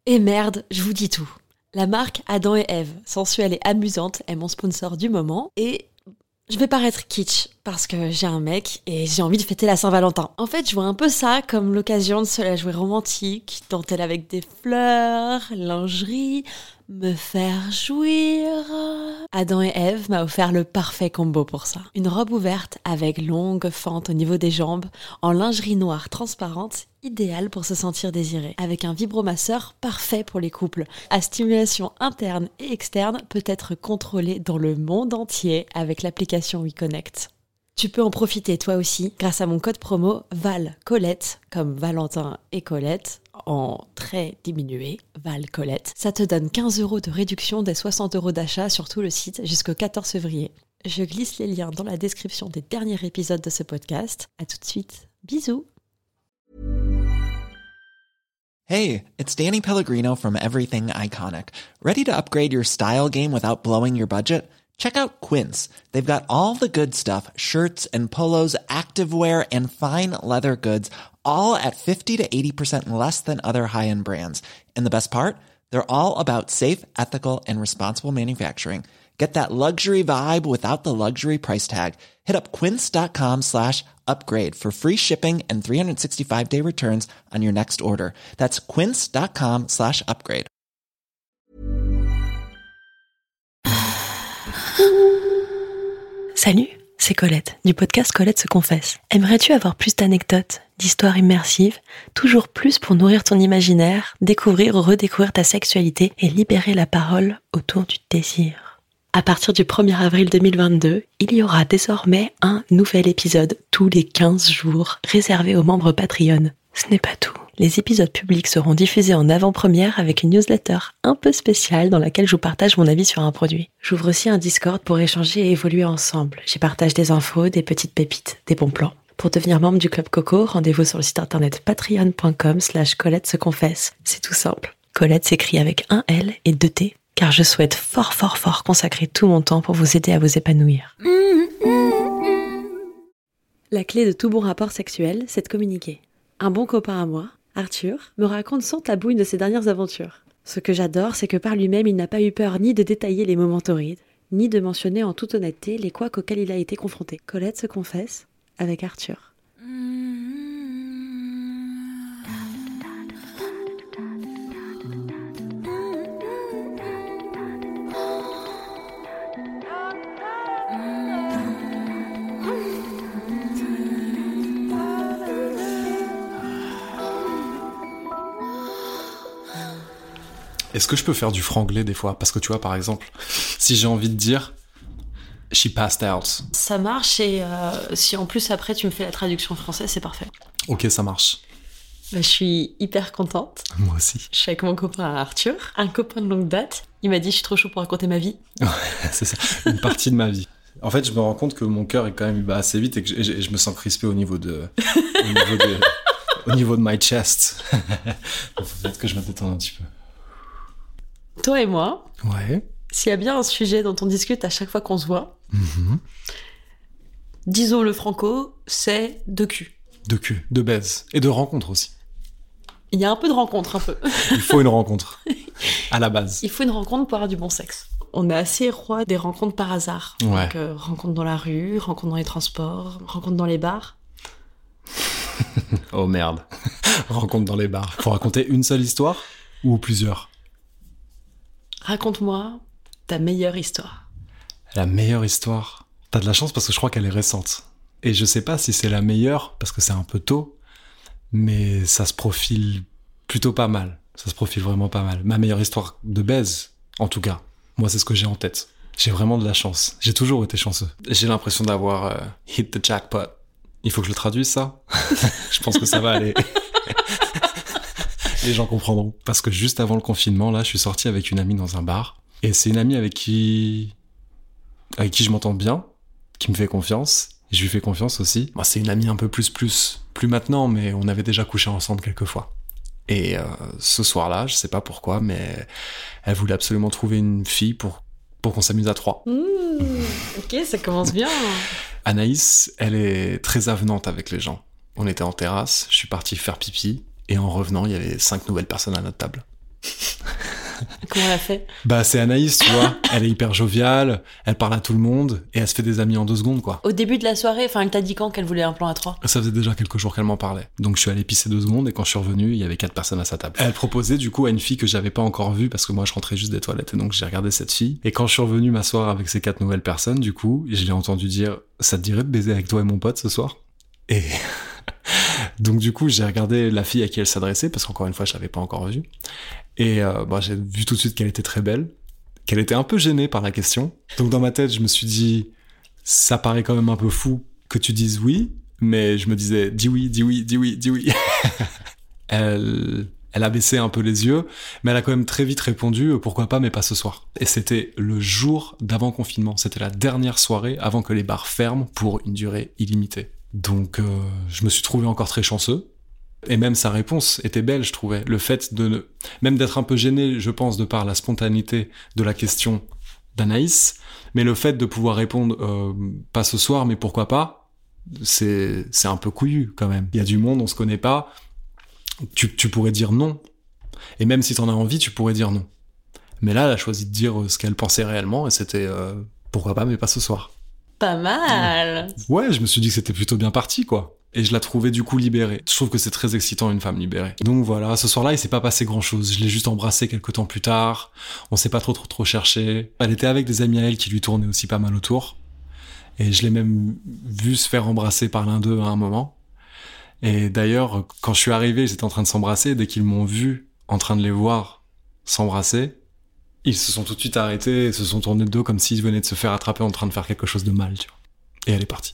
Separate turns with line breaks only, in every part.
Et merde, je vous dis tout. La marque Adam et Ève, sensuelle et amusante, est mon sponsor du moment et je vais paraître kitsch parce que j'ai un mec et j'ai envie de fêter la Saint-Valentin. En fait, je vois un peu ça comme l'occasion de se la jouer romantique, dentelle avec des fleurs, lingerie, me faire jouir. Adam et Ève m'a offert le parfait combo pour ça. Une robe ouverte avec longue fente au niveau des jambes, en lingerie noire transparente, idéale pour se sentir désiré. Avec un vibromasseur parfait pour les couples. À stimulation interne et externe, peut être contrôlée dans le monde entier avec l'application WeConnect. Tu peux en profiter toi aussi grâce à mon code promo VALCOLETTE, comme Valentin et Colette, en très diminué, VALCOLETTE. Ça te donne 15 € de réduction des 60 € d'achat sur tout le site jusqu'au 14 février. Je glisse les liens dans la description des derniers épisodes de ce podcast. À tout de suite. Bisous.
Hey, it's Danny Pellegrino from Everything Iconic. Ready to upgrade your style game without blowing your budget? Check out Quince. They've got all the good stuff, shirts and polos, activewear, and fine leather goods, all at 50 to 80% less than other high-end brands. And the best part? They're all about safe, ethical, and responsible manufacturing. Get that luxury vibe without the luxury price tag. Hit up quince.com/upgrade for free shipping and 365-day returns on your next order. That's quince.com/upgrade.
Salut, c'est Colette, du podcast Colette se confesse. Aimerais-tu avoir plus d'anecdotes, d'histoires immersives, toujours plus pour nourrir ton imaginaire, découvrir ou redécouvrir ta sexualité et libérer la parole autour du désir? À partir du 1er avril 2022, il y aura désormais un nouvel épisode tous les 15 jours réservé aux membres Patreon. Ce n'est pas tout. Les épisodes publics seront diffusés en avant-première avec une newsletter un peu spéciale dans laquelle je vous partage mon avis sur un produit. J'ouvre aussi un Discord pour échanger et évoluer ensemble. J'y partage des infos, des petites pépites, des bons plans. Pour devenir membre du Club Coco, rendez-vous sur le site internet patreon.com/Colette se confesse. C'est tout simple. Colette s'écrit avec un L et 2 T, car je souhaite fort consacrer tout mon temps pour vous aider à vous épanouir. La clé de tout bon rapport sexuel, c'est de communiquer. Un bon copain à moi, Arthur, me raconte sans tabou une de ses dernières aventures. Ce que j'adore, c'est que par lui-même, il n'a pas eu peur ni de détailler les moments torrides, ni de mentionner en toute honnêteté les couacs auxquels il a été confronté. Colette se confesse avec Arthur.
Est-ce que je peux faire du franglais des fois? Parce que tu vois, par exemple, si j'ai envie de dire « she passed out ».
Ça marche et si en plus après tu me fais la traduction française, c'est parfait.
Ok, ça marche.
Je suis hyper contente.
Moi aussi.
Je suis avec mon copain Arthur, un copain de longue date. Il m'a dit « je suis trop chaud pour raconter ma vie ».
Ouais, c'est ça, une partie de ma vie. En fait, je me rends compte que mon cœur est quand même bat assez vite et que je me sens crispé au niveau de my chest. Peut-être que je vais détendre un petit peu.
Toi et moi,
Ouais.
s'il y a bien un sujet dont on discute à chaque fois qu'on se voit, disons-le franco, c'est de cul.
De cul, de baise et de rencontre aussi.
Il y a un peu de rencontre, un peu.
Il faut une rencontre, à la base.
Il faut une rencontre pour avoir du bon sexe. On est assez roi des rencontres par hasard.
Ouais.
Donc, rencontre dans la rue, rencontre dans les transports, rencontre dans les bars.
Oh merde. Rencontre dans les bars. Faut raconter une seule histoire ou plusieurs?
Raconte-moi ta meilleure histoire.
La meilleure histoire. T'as de la chance parce que je crois qu'elle est récente. Et je sais pas si c'est la meilleure parce que c'est un peu tôt, mais ça se profile plutôt pas mal. Ça se profile vraiment pas mal. Ma meilleure histoire de baise, en tout cas. Moi, c'est ce que j'ai en tête. J'ai vraiment de la chance. J'ai toujours été chanceux. J'ai l'impression d'avoir hit the jackpot. Il faut que je le traduise, ça? Je pense que ça va aller. Les gens comprendront. Parce que juste avant le confinement, là, je suis sorti avec une amie dans un bar. Et c'est une amie avec qui je m'entends bien, qui me fait confiance. Et je lui fais confiance aussi. Moi, c'est une amie un peu plus maintenant, mais on avait déjà couché ensemble quelques fois. Et ce soir-là, je sais pas pourquoi, mais elle voulait absolument trouver une fille pour qu'on s'amuse à 3.
Ok, ça commence bien.
Anaïs, elle est très avenante avec les gens. On était en terrasse, je suis parti faire pipi, et en revenant, il y avait 5 nouvelles personnes à notre table.
Comment elle a fait?
Bah, c'est Anaïs, tu vois. Elle est hyper joviale, elle parle à tout le monde et elle se fait des amis en 2 secondes, quoi.
Au début de la soirée, enfin, elle t'a dit quand qu'elle voulait un plan à 3?
Ça faisait déjà quelques jours qu'elle m'en parlait. Donc je suis allé pisser 2 secondes et quand je suis revenu, il y avait 4 personnes à sa table. Elle proposait du coup à une fille que j'avais pas encore vue parce que moi je rentrais juste des toilettes et donc j'ai regardé cette fille. Et quand je suis revenu m'asseoir avec ces 4 nouvelles personnes, du coup, je l'ai entendu dire « Ça te dirait de baiser avec toi et mon pote ce soir ?» Et donc du coup, j'ai regardé la fille à qui elle s'adressait parce qu'encore une fois, je l'avais pas encore vue. Et j'ai vu tout de suite qu'elle était très belle, qu'elle était un peu gênée par la question. Donc dans ma tête, je me suis dit « Ça paraît quand même un peu fou que tu dises oui », mais je me disais « Dis oui, dis oui, dis oui, dis oui ». Elle a baissé un peu les yeux, mais elle a quand même très vite répondu « Pourquoi pas, mais pas ce soir ». Et c'était le jour d'avant-confinement. C'était la dernière soirée avant que les bars ferment pour une durée illimitée. Donc je me suis trouvé encore très chanceux. Et même sa réponse était belle, je trouvais. Le fait même d'être un peu gêné, je pense, de par la spontanéité de la question d'Anaïs, mais le fait de pouvoir répondre pas ce soir, mais pourquoi pas, c'est un peu couillu quand même. Il y a du monde, on se connaît pas. Tu pourrais dire non. Et même si t'en as envie, tu pourrais dire non. Mais là, elle a choisi de dire ce qu'elle pensait réellement, et c'était pourquoi pas, mais pas ce soir.
Pas mal.
Ouais, je me suis dit que c'était plutôt bien parti, quoi. Et je la trouvais du coup libérée. Je trouve que c'est très excitant, une femme libérée. Donc voilà, ce soir-là, il s'est pas passé grand-chose. Je l'ai juste embrassée quelques temps plus tard. On s'est pas trop cherché. Elle était avec des amis à elle qui lui tournaient aussi pas mal autour. Et je l'ai même vu se faire embrasser par l'un d'eux à un moment. Et d'ailleurs, quand je suis arrivé, ils étaient en train de s'embrasser. Dès qu'ils m'ont vu en train de les voir s'embrasser, ils se sont tout de suite arrêtés et se sont tournés de dos comme s'ils venaient de se faire attraper en train de faire quelque chose de mal, tu vois. Et elle est partie.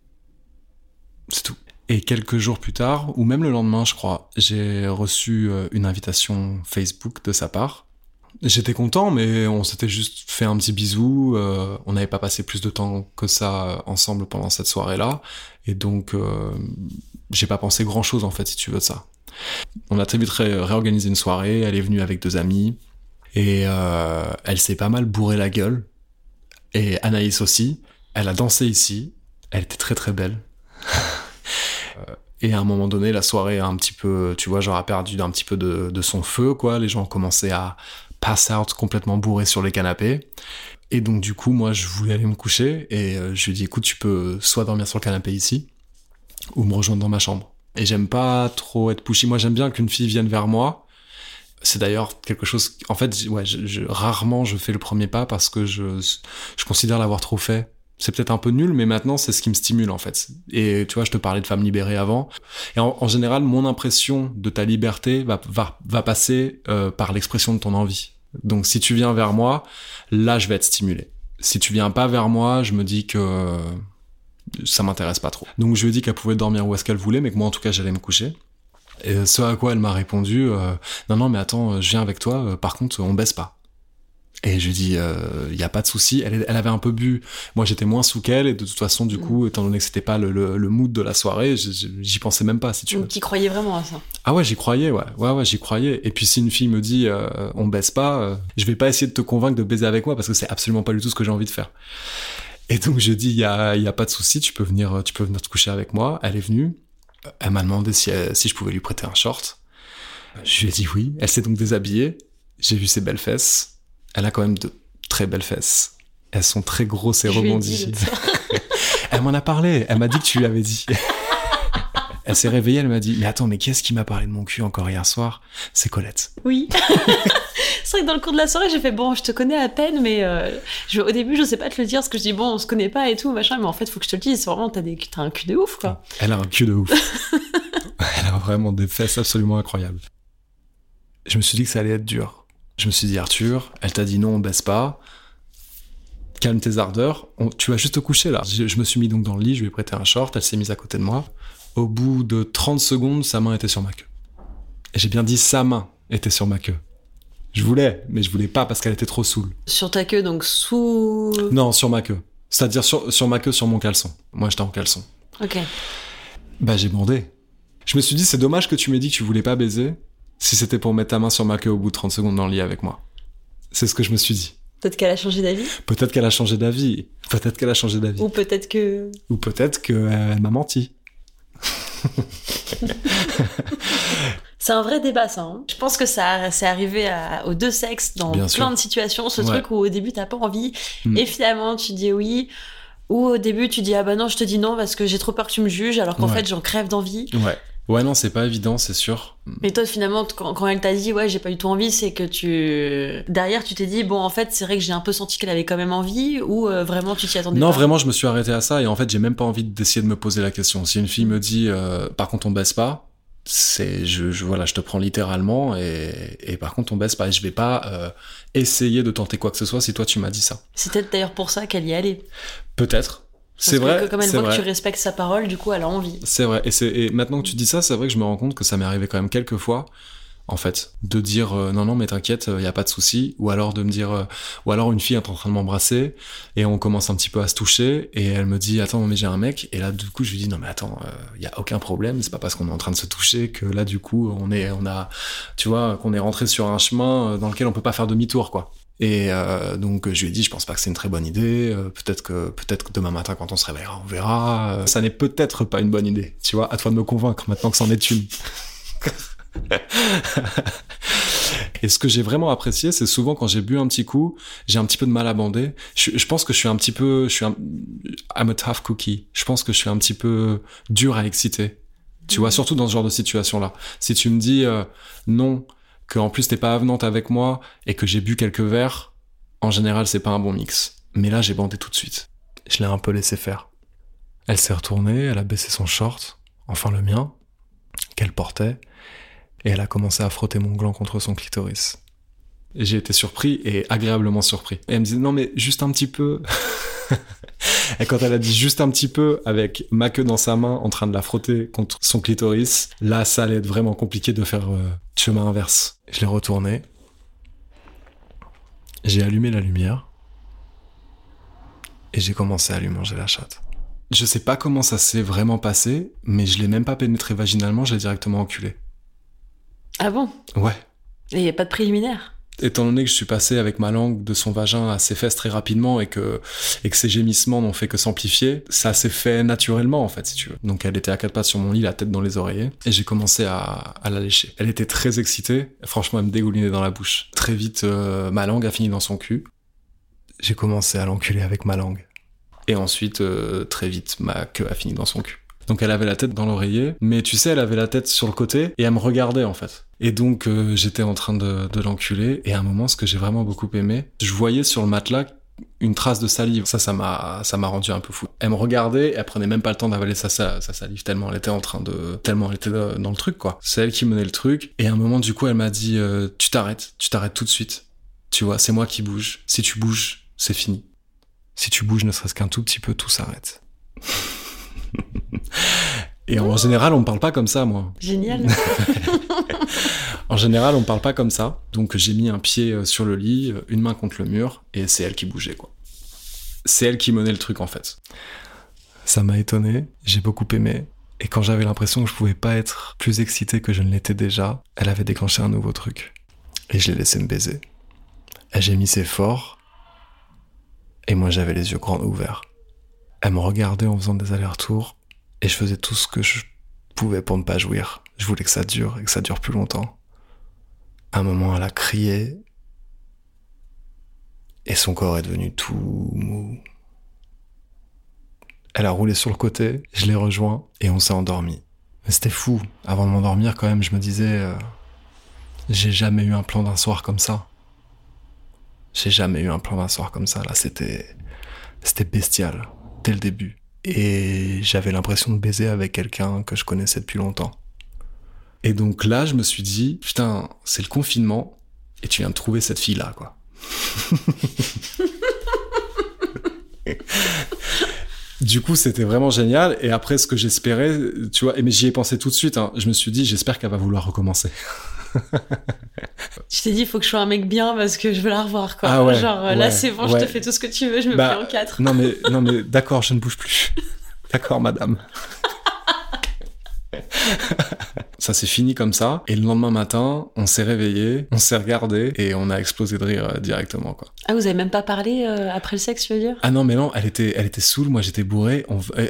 C'est tout. Et quelques jours plus tard, ou même le lendemain, je crois, j'ai reçu une invitation Facebook de sa part. J'étais content, mais on s'était juste fait un petit bisou. On n'avait pas passé plus de temps que ça ensemble pendant cette soirée-là. Et donc, j'ai pas pensé grand-chose, en fait, si tu veux, de ça. On a très vite réorganisé une soirée. Elle est venue avec 2 amis. Et elle s'est pas mal bourré la gueule. Et Anaïs aussi. Elle a dansé ici. Elle était très très belle. Et à un moment donné, la soirée a un petit peu, tu vois, genre a perdu un petit peu de son feu, quoi. Les gens ont commencé à pass out complètement bourrés sur les canapés. Et donc, du coup, moi, je voulais aller me coucher. Et je lui ai dit, écoute, tu peux soit dormir sur le canapé ici, ou me rejoindre dans ma chambre. Et j'aime pas trop être pushy. Moi, j'aime bien qu'une fille vienne vers moi. C'est d'ailleurs quelque chose... En fait, ouais, rarement je fais le premier pas parce que je considère l'avoir trop fait. C'est peut-être un peu nul, mais maintenant, c'est ce qui me stimule, en fait. Et tu vois, je te parlais de femme libérée avant. Et en général, mon impression de ta liberté va passer par l'expression de ton envie. Donc, si tu viens vers moi, là, je vais être stimulé. Si tu viens pas vers moi, je me dis que ça m'intéresse pas trop. Donc, je lui ai dit qu'elle pouvait dormir où est-ce qu'elle voulait, mais que moi, en tout cas, j'allais me coucher. Et ce à quoi elle m'a répondu, non, mais attends, je viens avec toi, par contre, on baisse pas. Et je lui dis, y a pas de souci. Elle avait un peu bu. Moi, j'étais moins sous qu'elle. Et de toute façon, du coup, étant donné que c'était pas le mood de la soirée, j'y pensais même pas, si tu veux.
Donc, tu croyais vraiment à ça?
Ah ouais, j'y croyais, ouais, j'y croyais. Et puis, si une fille me dit, on baisse pas, je vais pas essayer de te convaincre de baiser avec moi parce que c'est absolument pas du tout ce que j'ai envie de faire. Et donc, je dis, y a pas de souci, tu peux venir te coucher avec moi. Elle est venue. Elle m'a demandé si je pouvais lui prêter un short. Je lui ai dit oui. Elle s'est donc déshabillée. J'ai vu ses belles fesses. Elle a quand même de très belles fesses. Elles sont très grosses et rebondies. Elle m'en a parlé. Elle m'a dit que tu lui avais dit. Elle s'est réveillée, elle m'a dit « Mais attends, mais qui est-ce qui m'a parlé de mon cul encore hier soir ?» C'est Colette.
Oui. C'est vrai que dans le cours de la soirée, j'ai fait « Bon, je te connais à peine, mais au début, je sais pas te le dire, parce que je dis « Bon, on se connaît pas et tout, machin, mais en fait, faut que je te le dise. Vraiment, t'as un cul de ouf, quoi. »
Elle a un cul de ouf. Elle a vraiment des fesses absolument incroyables. Je me suis dit que ça allait être dur. Je me suis dit, Arthur, elle t'a dit non, on baisse pas. Calme tes ardeurs. Tu vas juste te coucher là. Je me suis mis donc dans le lit, je lui ai prêté un short, elle s'est mise à côté de moi. Au bout de 30 secondes, sa main était sur ma queue. Et j'ai bien dit sa main était sur ma queue. Je voulais, mais je voulais pas parce qu'elle était trop saoule.
Sur ta queue, donc sous...
Non, sur ma queue. C'est-à-dire sur ma queue, sur mon caleçon. Moi, j'étais en caleçon.
Ok.
Bah, j'ai bandé. Je me suis dit, c'est dommage que tu m'aies dit que tu voulais pas baiser si c'était pour mettre ta main sur ma queue au bout de 30 secondes dans le lit avec moi. C'est ce que je me suis dit.
Peut-être qu'elle a changé d'avis.
Peut-être qu'elle a changé d'avis. Peut-être qu'elle a changé d'avis.
Ou peut-être que...
Ou peut-être qu'elle m'a menti.
C'est un vrai débat, ça. Hein. Je pense que c'est arrivé aux deux sexes dans
Bien
plein
sûr.
de situations. Ce
Ouais.
truc où au début, t'as pas envie. Et finalement, tu dis oui. Ou au début, tu dis ah bah non, je te dis non parce que j'ai trop peur que tu me juges, alors qu'en
Ouais.
fait, j'en crève d'envie.
Ouais, non, c'est pas évident, c'est sûr.
Mais toi, finalement, quand elle t'a dit ouais, j'ai pas du tout envie, c'est que derrière, tu t'es dit bon, en fait, c'est vrai que j'ai un peu senti qu'elle avait quand même envie, ou vraiment tu t'y attendais
Non,
pas.
vraiment, je me suis arrêté à ça et en fait, j'ai même pas envie d'essayer de me poser la question. Si une fille me dit, par contre, on baisse pas, voilà, je te prends littéralement et par contre, on baisse pas. Et je vais pas essayer de tenter quoi que ce soit si toi tu m'as dit ça.
C'est peut-être d'ailleurs pour ça qu'elle y allait.
Peut-être.
Parce
C'est vrai.
que comme elle
c'est
voit
vrai.
que tu respectes sa parole, du coup, elle a envie.
C'est vrai. Et maintenant que tu dis ça, c'est vrai que je me rends compte que ça m'est arrivé quand même quelques fois, en fait, de dire non, mais t'inquiète, y a pas de souci, ou alors de me dire, ou alors une fille est en train de m'embrasser et on commence un petit peu à se toucher et elle me dit attends mais j'ai un mec et là du coup je lui dis non mais attends, y a aucun problème, c'est pas parce qu'on est en train de se toucher que là du coup on a, tu vois, qu'on est rentré sur un chemin dans lequel on peut pas faire demi-tour quoi. Et donc je lui ai dit je pense pas que c'est une très bonne idée, peut-être que demain matin quand on se réveillera on verra, ça n'est peut-être pas une bonne idée, tu vois, à toi de me convaincre maintenant que c'en est une. Et ce que j'ai vraiment apprécié, c'est souvent quand j'ai bu un petit coup, j'ai un petit peu de mal à bander. Je pense que I'm a tough cookie. Je pense que je suis un petit peu dur à exciter. Tu vois, surtout dans ce genre de situation-là. Si tu me dis non, qu'en plus t'es pas avenante avec moi et que j'ai bu quelques verres, en général c'est pas un bon mix. Mais là j'ai bandé tout de suite. Je l'ai un peu laissé faire. Elle s'est retournée, elle a baissé son short, enfin le mien, qu'elle portait, et elle a commencé à frotter mon gland contre son clitoris. Et j'ai été surpris et agréablement surpris. Et elle me disait non mais juste un petit peu. Et quand elle a dit juste un petit peu, avec ma queue dans sa main en train de la frotter contre son clitoris, là ça allait être vraiment compliqué de faire chemin inverse. Je l'ai retourné, j'ai allumé la lumière et j'ai commencé à lui manger la chatte. Je sais pas comment ça s'est vraiment passé, mais je l'ai même pas pénétré vaginalement, je l'ai directement enculé.
Ah bon?
Ouais.
Et y a pas de préliminaire?
Étant donné que je suis passé avec ma langue de son vagin à ses fesses très rapidement et que ses gémissements n'ont fait que s'amplifier, ça s'est fait naturellement en fait, si tu veux. Donc elle était à quatre pattes sur mon lit, la tête dans les oreillers, et j'ai commencé à la lécher. Elle était très excitée, franchement elle me dégoulinait dans la bouche. Très vite, ma langue a fini dans son cul. J'ai commencé à l'enculer avec ma langue. Et ensuite, très vite, ma queue a fini dans son cul. Donc elle avait la tête dans l'oreiller, mais tu sais, elle avait la tête sur le côté et elle me regardait en fait. Et donc j'étais en train de l'enculer et à un moment, ce que j'ai vraiment beaucoup aimé, je voyais sur le matelas une trace de salive. Ça m'a rendu un peu fou. Elle me regardait et elle prenait même pas le temps d'avaler sa salive tellement elle était tellement elle était dans le truc quoi. C'est elle qui menait le truc et à un moment du coup elle m'a dit tu t'arrêtes tout de suite. Tu vois, c'est moi qui bouge. Si tu bouges, c'est fini. Si tu bouges ne serait-ce qu'un tout petit peu, tout s'arrête. Et en général, on me parle pas comme ça, moi.
Génial.
En général, on me parle pas comme ça. Donc j'ai mis un pied sur le lit, une main contre le mur, et c'est elle qui bougeait, quoi. C'est elle qui menait le truc, en fait. Ça m'a étonné, j'ai beaucoup aimé. Et quand j'avais l'impression que je pouvais pas être plus excité que je ne l'étais déjà, elle avait déclenché un nouveau truc. Et je l'ai laissé me baiser. Elle gémissait fort, et moi j'avais les yeux grands ouverts. Elle me regardait en faisant des allers-retours, et je faisais tout ce que je pouvais pour ne pas jouir. Je voulais que ça dure, et que ça dure plus longtemps. À un moment, elle a crié, et son corps est devenu tout mou. Elle a roulé sur le côté, je l'ai rejoint, et on s'est endormi. Mais c'était fou. Avant de m'endormir, quand même, je me disais... j'ai jamais eu un plan d'un soir comme ça. J'ai jamais eu un plan d'un soir comme ça. Là, c'était bestial, dès le début. Et j'avais l'impression de baiser avec quelqu'un que je connaissais depuis longtemps. Et donc là, je me suis dit, putain, c'est le confinement, et tu viens de trouver cette fille-là, quoi. Du coup, c'était vraiment génial. Et après, ce que j'espérais, tu vois, mais j'y ai pensé tout de suite, hein, je me suis dit, j'espère qu'elle va vouloir recommencer.
Je t'ai dit, il faut que je sois un mec bien parce que je veux la revoir, quoi.
Ah ouais,
genre,
ouais,
là, c'est bon,
ouais.
je te fais tout ce que tu veux, je me plie en 4.
Non, mais d'accord, je ne bouge plus. D'accord, madame. Ça s'est fini comme ça. Et le lendemain matin, on s'est réveillés, on s'est regardés et on a explosé de rire directement, quoi.
Ah, vous avez même pas parlé après le sexe, tu veux dire?
Ah non, mais non, elle était saoule, moi j'étais bourré.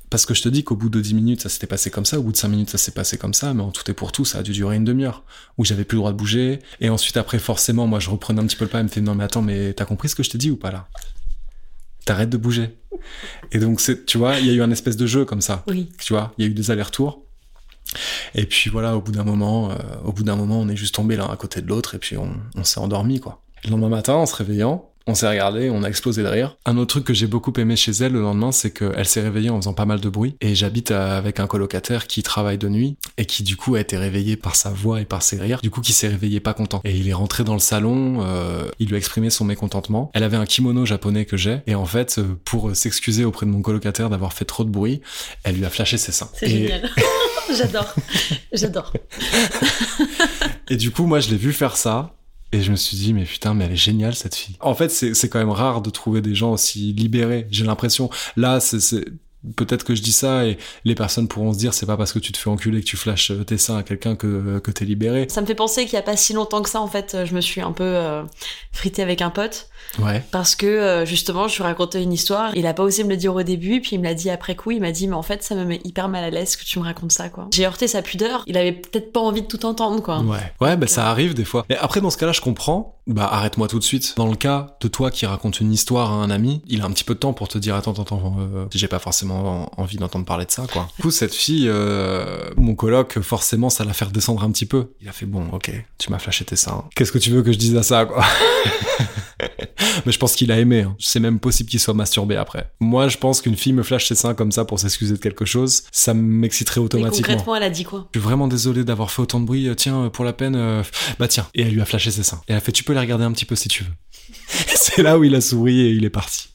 Parce que je te dis qu'au bout de 10 minutes, ça s'était passé comme ça, au bout de 5 minutes, ça s'est passé comme ça, mais en tout et pour tout, ça a dû durer une demi-heure, où j'avais plus le droit de bouger, et ensuite après, forcément, moi, je reprenais un petit peu le pas, elle me fait, non mais attends, mais t'as compris ce que je t'ai dit ou pas là? T'arrêtes de bouger. Et donc, tu vois, il y a eu un espèce de jeu comme ça.
Oui.
Tu vois, il y a eu des allers-retours. Et puis voilà, au bout d'un moment, on est juste tombé l'un à côté de l'autre, et puis on s'est endormi, quoi. Le lendemain matin, en se réveillant, on s'est regardé, on a explosé de rire. Un autre truc que j'ai beaucoup aimé chez elle le lendemain, c'est qu'elle s'est réveillée en faisant pas mal de bruit. Et j'habite avec un colocataire qui travaille de nuit et qui du coup a été réveillé par sa voix et par ses rires. Du coup, qui s'est réveillé pas content. Et il est rentré dans le salon, il lui a exprimé son mécontentement. Elle avait un kimono japonais que j'ai. Et en fait, pour s'excuser auprès de mon colocataire d'avoir fait trop de bruit, elle lui a flashé ses seins.
C'est génial. J'adore.
Et du coup, moi, je l'ai vu faire ça. Et je me suis dit, mais putain, mais elle est géniale, cette fille. En fait, c'est quand même rare de trouver des gens aussi libérés, j'ai l'impression. Là, peut-être que je dis ça et les personnes pourront se dire, c'est pas parce que tu te fais enculer que tu flashes tes seins à quelqu'un que t'es libéré.
Ça me fait penser qu'il y a pas si longtemps que ça, en fait, je me suis un peu fritée avec un pote.
Ouais.
Parce que justement, je lui racontais une histoire. Il a pas osé me le dire au début, puis il me l'a dit après coup. Il m'a dit, mais en fait, ça me met hyper mal à l'aise que tu me racontes ça, quoi. J'ai heurté sa pudeur. Il avait peut-être pas envie de tout entendre, quoi.
Ouais, bah ça arrive des fois. Mais après, dans ce cas-là, je comprends. Bah arrête-moi tout de suite. Dans le cas de toi qui raconte une histoire à un ami, il a un petit peu de temps pour te dire, attends, j'ai pas forcément envie d'entendre parler de ça, quoi. Du coup, cette fille, mon coloc, forcément, ça l'a fait redescendre un petit peu. Il a fait, bon, ok, tu m'as flashé tes seins. Qu'est-ce que tu veux que je dise à ça, quoi? Mais je pense qu'il a aimé. Hein. C'est même possible qu'il soit masturbé après. Moi, je pense qu'une fille me flash ses seins comme ça pour s'excuser de quelque chose, ça m'exciterait automatiquement.
Mais concrètement, elle a dit quoi?
Je suis vraiment désolé d'avoir fait autant de bruit. Tiens, pour la peine, bah tiens. Et elle lui a flashé ses seins. Et elle a fait, tu peux les regarder un petit peu si tu veux. Et c'est là où il a souri et il est parti.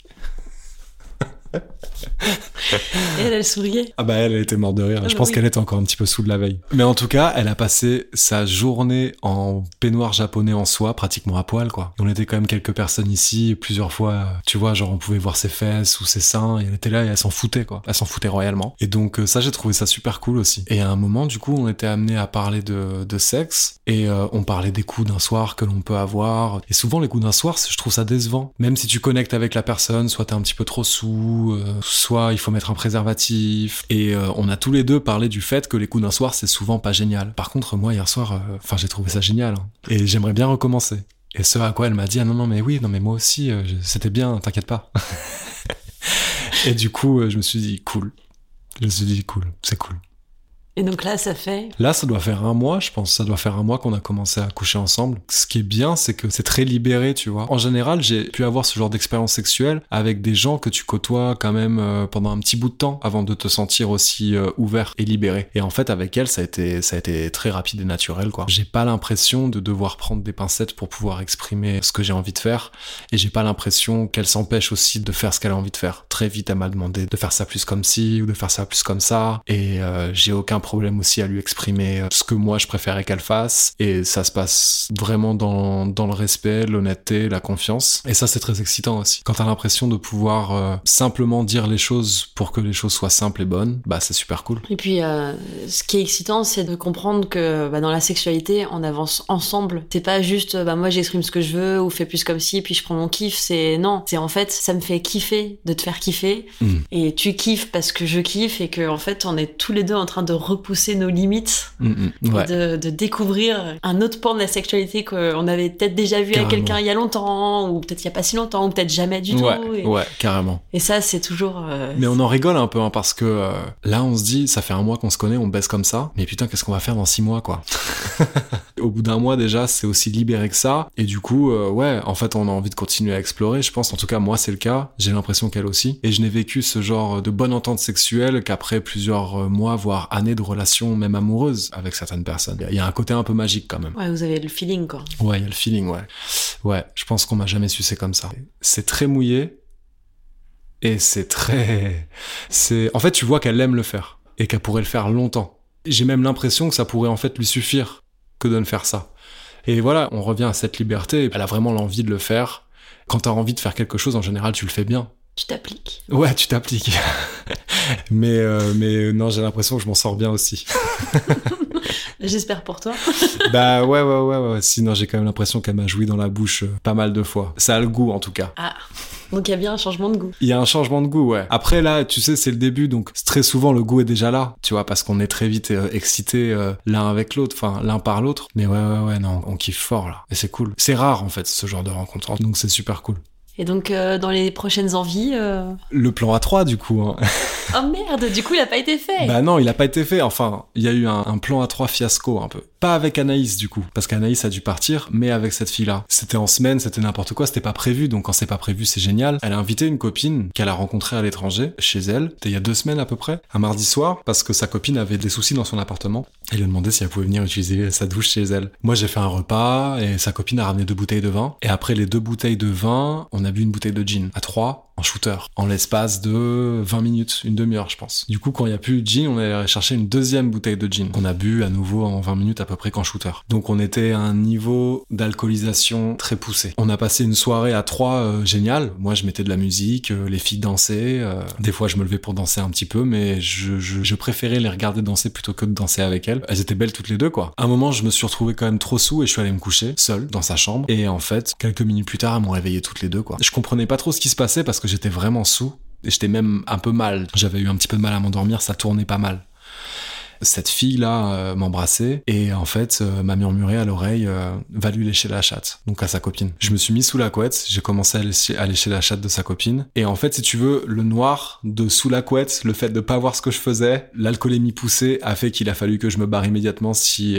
Et elle souriait.
Ah bah elle était morte de rire. Je pense qu'elle était encore un petit peu sous de la veille. Mais en tout cas, elle a passé sa journée en peignoir japonais en soie, pratiquement à poil, quoi. On était quand même quelques personnes ici, plusieurs fois, tu vois, genre on pouvait voir ses fesses ou ses seins, et elle était là et elle s'en foutait, quoi. Elle s'en foutait royalement. Et donc ça, j'ai trouvé ça super cool aussi. Et à un moment, du coup, on était amené à parler de sexe, et on parlait des coups d'un soir que l'on peut avoir. Et souvent, les coups d'un soir, je trouve ça décevant. Même si tu connectes avec la personne, soit t'es un petit peu trop sous, soit il faut mettre un préservatif. Et on a tous les deux parlé du fait que les coups d'un soir, c'est souvent pas génial. Par contre, moi, hier soir, j'ai trouvé ça génial. Hein. Et j'aimerais bien recommencer. Et ce à quoi elle m'a dit, ah non, mais moi aussi, c'était bien, t'inquiète pas. Et du coup, je me suis dit, cool. C'est cool.
Et donc là, ça fait...
Là, ça doit faire 1 mois, je pense. Ça doit faire 1 mois qu'on a commencé à coucher ensemble. Ce qui est bien, c'est que c'est très libéré, tu vois. En général, j'ai pu avoir ce genre d'expérience sexuelle avec des gens que tu côtoies quand même pendant un petit bout de temps avant de te sentir aussi ouvert et libéré. Et en fait, avec elle, ça a été très rapide et naturel, quoi. J'ai pas l'impression de devoir prendre des pincettes pour pouvoir exprimer ce que j'ai envie de faire. Et j'ai pas l'impression qu'elle s'empêche aussi de faire ce qu'elle a envie de faire. Très vite, elle m'a demandé de faire ça plus comme ci ou de faire ça plus comme ça. Et j'ai aucun problème aussi à lui exprimer ce que moi je préférais qu'elle fasse, et ça se passe vraiment dans le respect, l'honnêteté, la confiance, et ça c'est très excitant aussi. Quand t'as l'impression de pouvoir simplement dire les choses pour que les choses soient simples et bonnes, bah c'est super cool.
Et puis ce qui est excitant, c'est de comprendre que dans la sexualité on avance ensemble. C'est pas juste moi j'exprime ce que je veux ou fais plus comme ci puis je prends mon kiff. C'est en fait ça me fait kiffer de te faire kiffer, et tu kiffes parce que je kiffe, et que en fait on est tous les deux en train de repousser nos limites,
ouais.
et de découvrir un autre pan de la sexualité qu'on avait peut-être déjà vu avec quelqu'un il y a longtemps, ou peut-être il y a pas si longtemps, ou peut-être jamais du tout.
Ouais, carrément.
Et ça, c'est toujours...
Mais on en rigole un peu, hein, parce que là, on se dit, ça fait 1 mois qu'on se connaît, on baisse comme ça, mais putain, qu'est-ce qu'on va faire dans 6 mois, quoi. Au bout d'1 mois, déjà, c'est aussi libéré que ça, et du coup, en fait, on a envie de continuer à explorer, je pense. En tout cas, moi, c'est le cas. J'ai l'impression qu'elle aussi. Et je n'ai vécu ce genre de bonne entente sexuelle qu'après plusieurs mois, voire années de relation, même amoureuse, avec certaines personnes. Il y a un côté un peu magique, quand même.
Ouais, vous avez le feeling, quoi.
Ouais, il y a le feeling, ouais. Ouais, je pense qu'on m'a jamais sucé comme ça. C'est très mouillé, et en fait, tu vois qu'elle aime le faire, et qu'elle pourrait le faire longtemps. J'ai même l'impression que ça pourrait en fait lui suffire que de ne faire ça. Et voilà, on revient à cette liberté. Elle a vraiment l'envie de le faire. Quand t'as envie de faire quelque chose, en général, tu le fais bien.
Tu t'appliques.
Ouais, tu t'appliques. mais non, j'ai l'impression que je m'en sors bien aussi.
J'espère pour toi.
Bah ouais. Sinon, j'ai quand même l'impression qu'elle m'a joui dans la bouche pas mal de fois. Ça a le goût, en tout cas.
Ah. Donc il y a bien un changement de goût.
Il y a un changement de goût, ouais. Après là, tu sais, c'est le début, donc très souvent le goût est déjà là, tu vois, parce qu'on est très vite excités l'un avec l'autre, enfin l'un par l'autre. Mais ouais, non, on kiffe fort là. Et c'est cool. C'est rare en fait ce genre de rencontre, donc c'est super cool.
Et donc, dans les prochaines envies...
Le plan A3, du coup. Hein.
Oh merde, du coup, il a pas été fait.
Bah non, il a pas été fait. Enfin, il y a eu un plan A3 fiasco, un peu. Pas avec Anaïs, du coup. Parce qu'Anaïs a dû partir, mais avec cette fille-là. C'était en semaine, c'était n'importe quoi, c'était pas prévu. Donc quand c'est pas prévu, c'est génial. Elle a invité une copine qu'elle a rencontrée à l'étranger, chez elle. C'était il y a 2 semaines à peu près. Un mardi soir, parce que sa copine avait des soucis dans son appartement. Elle lui a demandé si elle pouvait venir utiliser sa douche chez elle. Moi, j'ai fait un repas, et sa copine a ramené 2 bouteilles de vin. Et après les 2 bouteilles de vin, on a bu une bouteille de gin. À 3, en shooter. En l'espace de 20 minutes, une demi-heure, je pense. Du coup, quand il n'y a plus de gin, on est allé chercher une 2e bouteille de gin. On a bu à nouveau en 20 minutes à peu près qu'en shooter. Donc on était à un niveau d'alcoolisation très poussé. On a passé une soirée à 3 géniale. Moi, je mettais de la musique, les filles dansaient. Des fois, je me levais pour danser un petit peu, mais je préférais les regarder danser plutôt que de danser avec elles. Elles étaient belles toutes les deux, quoi. À un moment, je me suis retrouvé quand même trop saoul et je suis allé me coucher, seul, dans sa chambre. Et en fait, quelques minutes plus tard, elles m'ont réveillé toutes les deux, quoi. Je comprenais pas trop ce qui se passait parce que j'étais vraiment saoul et j'étais même un peu mal. J'avais eu un petit peu de mal à m'endormir, ça tournait pas mal. Cette fille-là m'embrassait et en fait m'a murmuré à l'oreille va lui lécher la chatte, donc à sa copine. Je me suis mis sous la couette, j'ai commencé à lécher la chatte de sa copine et en fait si tu veux, le noir de sous la couette, le fait de pas voir ce que je faisais, l'alcoolémie poussée a fait qu'il a fallu que je me barre immédiatement si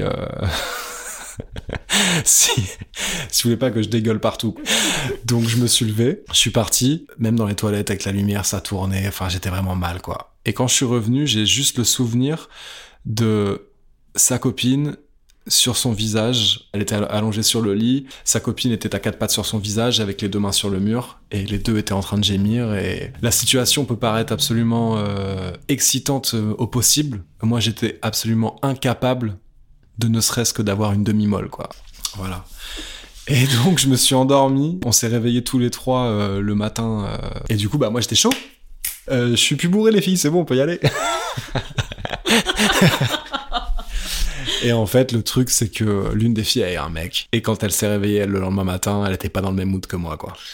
je voulais pas que je dégueule partout. Donc je me suis levé, je suis parti, même dans les toilettes avec la lumière ça tournait, enfin j'étais vraiment mal quoi. Et quand je suis revenu, j'ai juste le souvenir de sa copine sur son visage. Elle était allongée sur le lit, sa copine était à 4 pattes sur son visage avec les 2 mains sur le mur et les deux étaient en train de gémir et la situation peut paraître absolument excitante au possible. Moi j'étais absolument incapable de ne serait-ce que d'avoir une demi-molle quoi. Voilà. Et donc je me suis endormi, on s'est réveillés tous les 3 le matin et du coup bah moi j'étais chaud. Je suis plus bourré les filles, c'est bon, on peut y aller. Et en fait, le truc, c'est que l'une des filles avait un mec. Et quand elle s'est réveillée le lendemain matin, elle était pas dans le même mood que moi, quoi.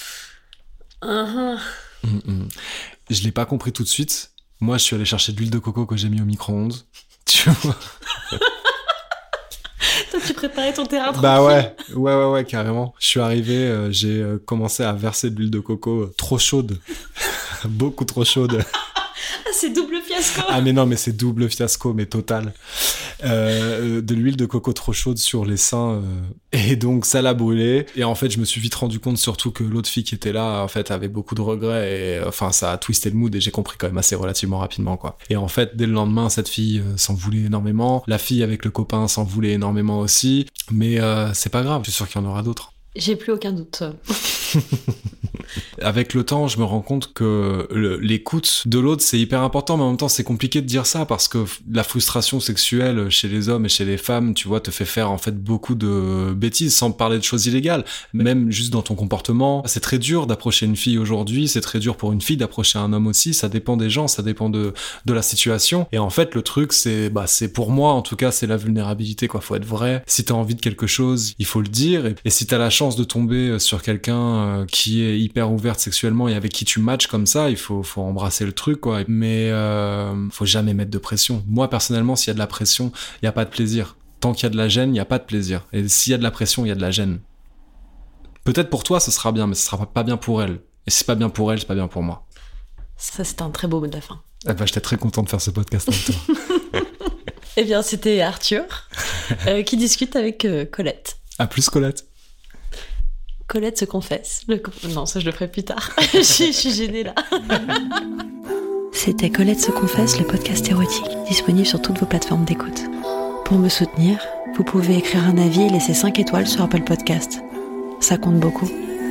Je l'ai pas compris tout de suite. Moi, je suis allé chercher de l'huile de coco que j'ai mis au micro-ondes. Tu vois.
Toi, tu préparais ton terrain tranquille.
Bah ouais, carrément. Je suis arrivé, j'ai commencé à verser de l'huile de coco trop chaude. Beaucoup trop chaude.
Ah, c'est double fiasco.
Ah mais non, mais c'est double fiasco, mais total. De l'huile de coco trop chaude sur les seins et donc ça l'a brûlé. Et en fait, je me suis vite rendu compte surtout que l'autre fille qui était là, en fait, avait beaucoup de regrets et enfin ça a twisté le mood et j'ai compris quand même assez relativement rapidement quoi. Et en fait, dès le lendemain, cette fille s'en voulait énormément. La fille avec le copain s'en voulait énormément aussi. Mais c'est pas grave, je suis sûr qu'il y en aura d'autres.
J'ai plus aucun doute.
Avec le temps, je me rends compte que l'écoute de l'autre, c'est hyper important, mais en même temps, c'est compliqué de dire ça parce que la frustration sexuelle chez les hommes et chez les femmes, tu vois, te fait faire en fait beaucoup de bêtises, sans parler de choses illégales. Même juste dans ton comportement, c'est très dur d'approcher une fille aujourd'hui, c'est très dur pour une fille d'approcher un homme aussi, ça dépend des gens, ça dépend de la situation. Et en fait, le truc, c'est pour moi, en tout cas, c'est la vulnérabilité, quoi. Faut être vrai. Si t'as envie de quelque chose, il faut le dire. Et si t'as la chance de tomber sur quelqu'un qui est hyper ouverte sexuellement et avec qui tu matches comme ça, il faut embrasser le truc quoi. Mais faut jamais mettre de pression. Moi personnellement, s'il y a de la pression, il y a pas de plaisir. Tant qu'il y a de la gêne, il y a pas de plaisir. Et s'il y a de la pression, il y a de la gêne. Peut-être pour toi, ce sera bien, mais ce sera pas bien pour elle. Et si c'est pas bien pour elle, c'est pas bien pour moi.
Ça, c'est un très beau mot de la fin.
Eh ben, j'étais très content de faire ce podcast avec toi.
Eh bien, c'était Arthur qui discute avec Colette.
À plus, Colette.
Colette se confesse. Non, ça je le ferai plus tard. Je suis gênée là.
C'était Colette se confesse, le podcast érotique, disponible sur toutes vos plateformes d'écoute. Pour me soutenir, vous pouvez écrire un avis et laisser 5 étoiles sur Apple Podcast. Ça compte beaucoup.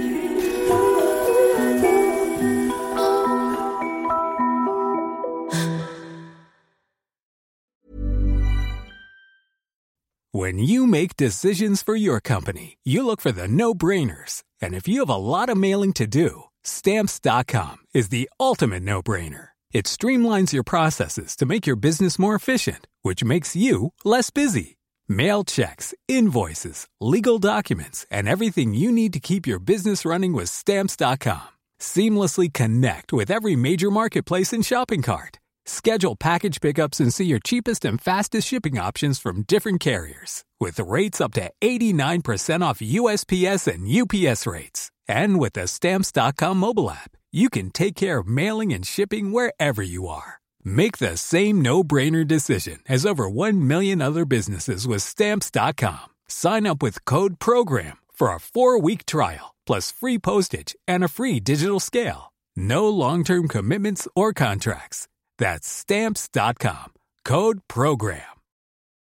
When you make decisions for your company, you look for the no-brainers. And if you have a lot of mailing to do, Stamps.com is the ultimate no-brainer. It streamlines your processes to make your business more efficient, which makes you less busy. Mail checks, invoices, legal documents, and everything you need to keep your business running with Stamps.com. Seamlessly connect with every major marketplace and shopping cart. Schedule package pickups and see your cheapest and fastest shipping options from different carriers. With rates up to 89% off USPS and UPS rates. And with the Stamps.com mobile app, you can take care of mailing and shipping wherever you are. Make the same no-brainer decision as over 1 million other businesses with Stamps.com. Sign up with code PROGRAM for a 4-week trial, plus free postage and a free digital scale. No long-term commitments or contracts. That's Stamps.com. Code PROGRAM.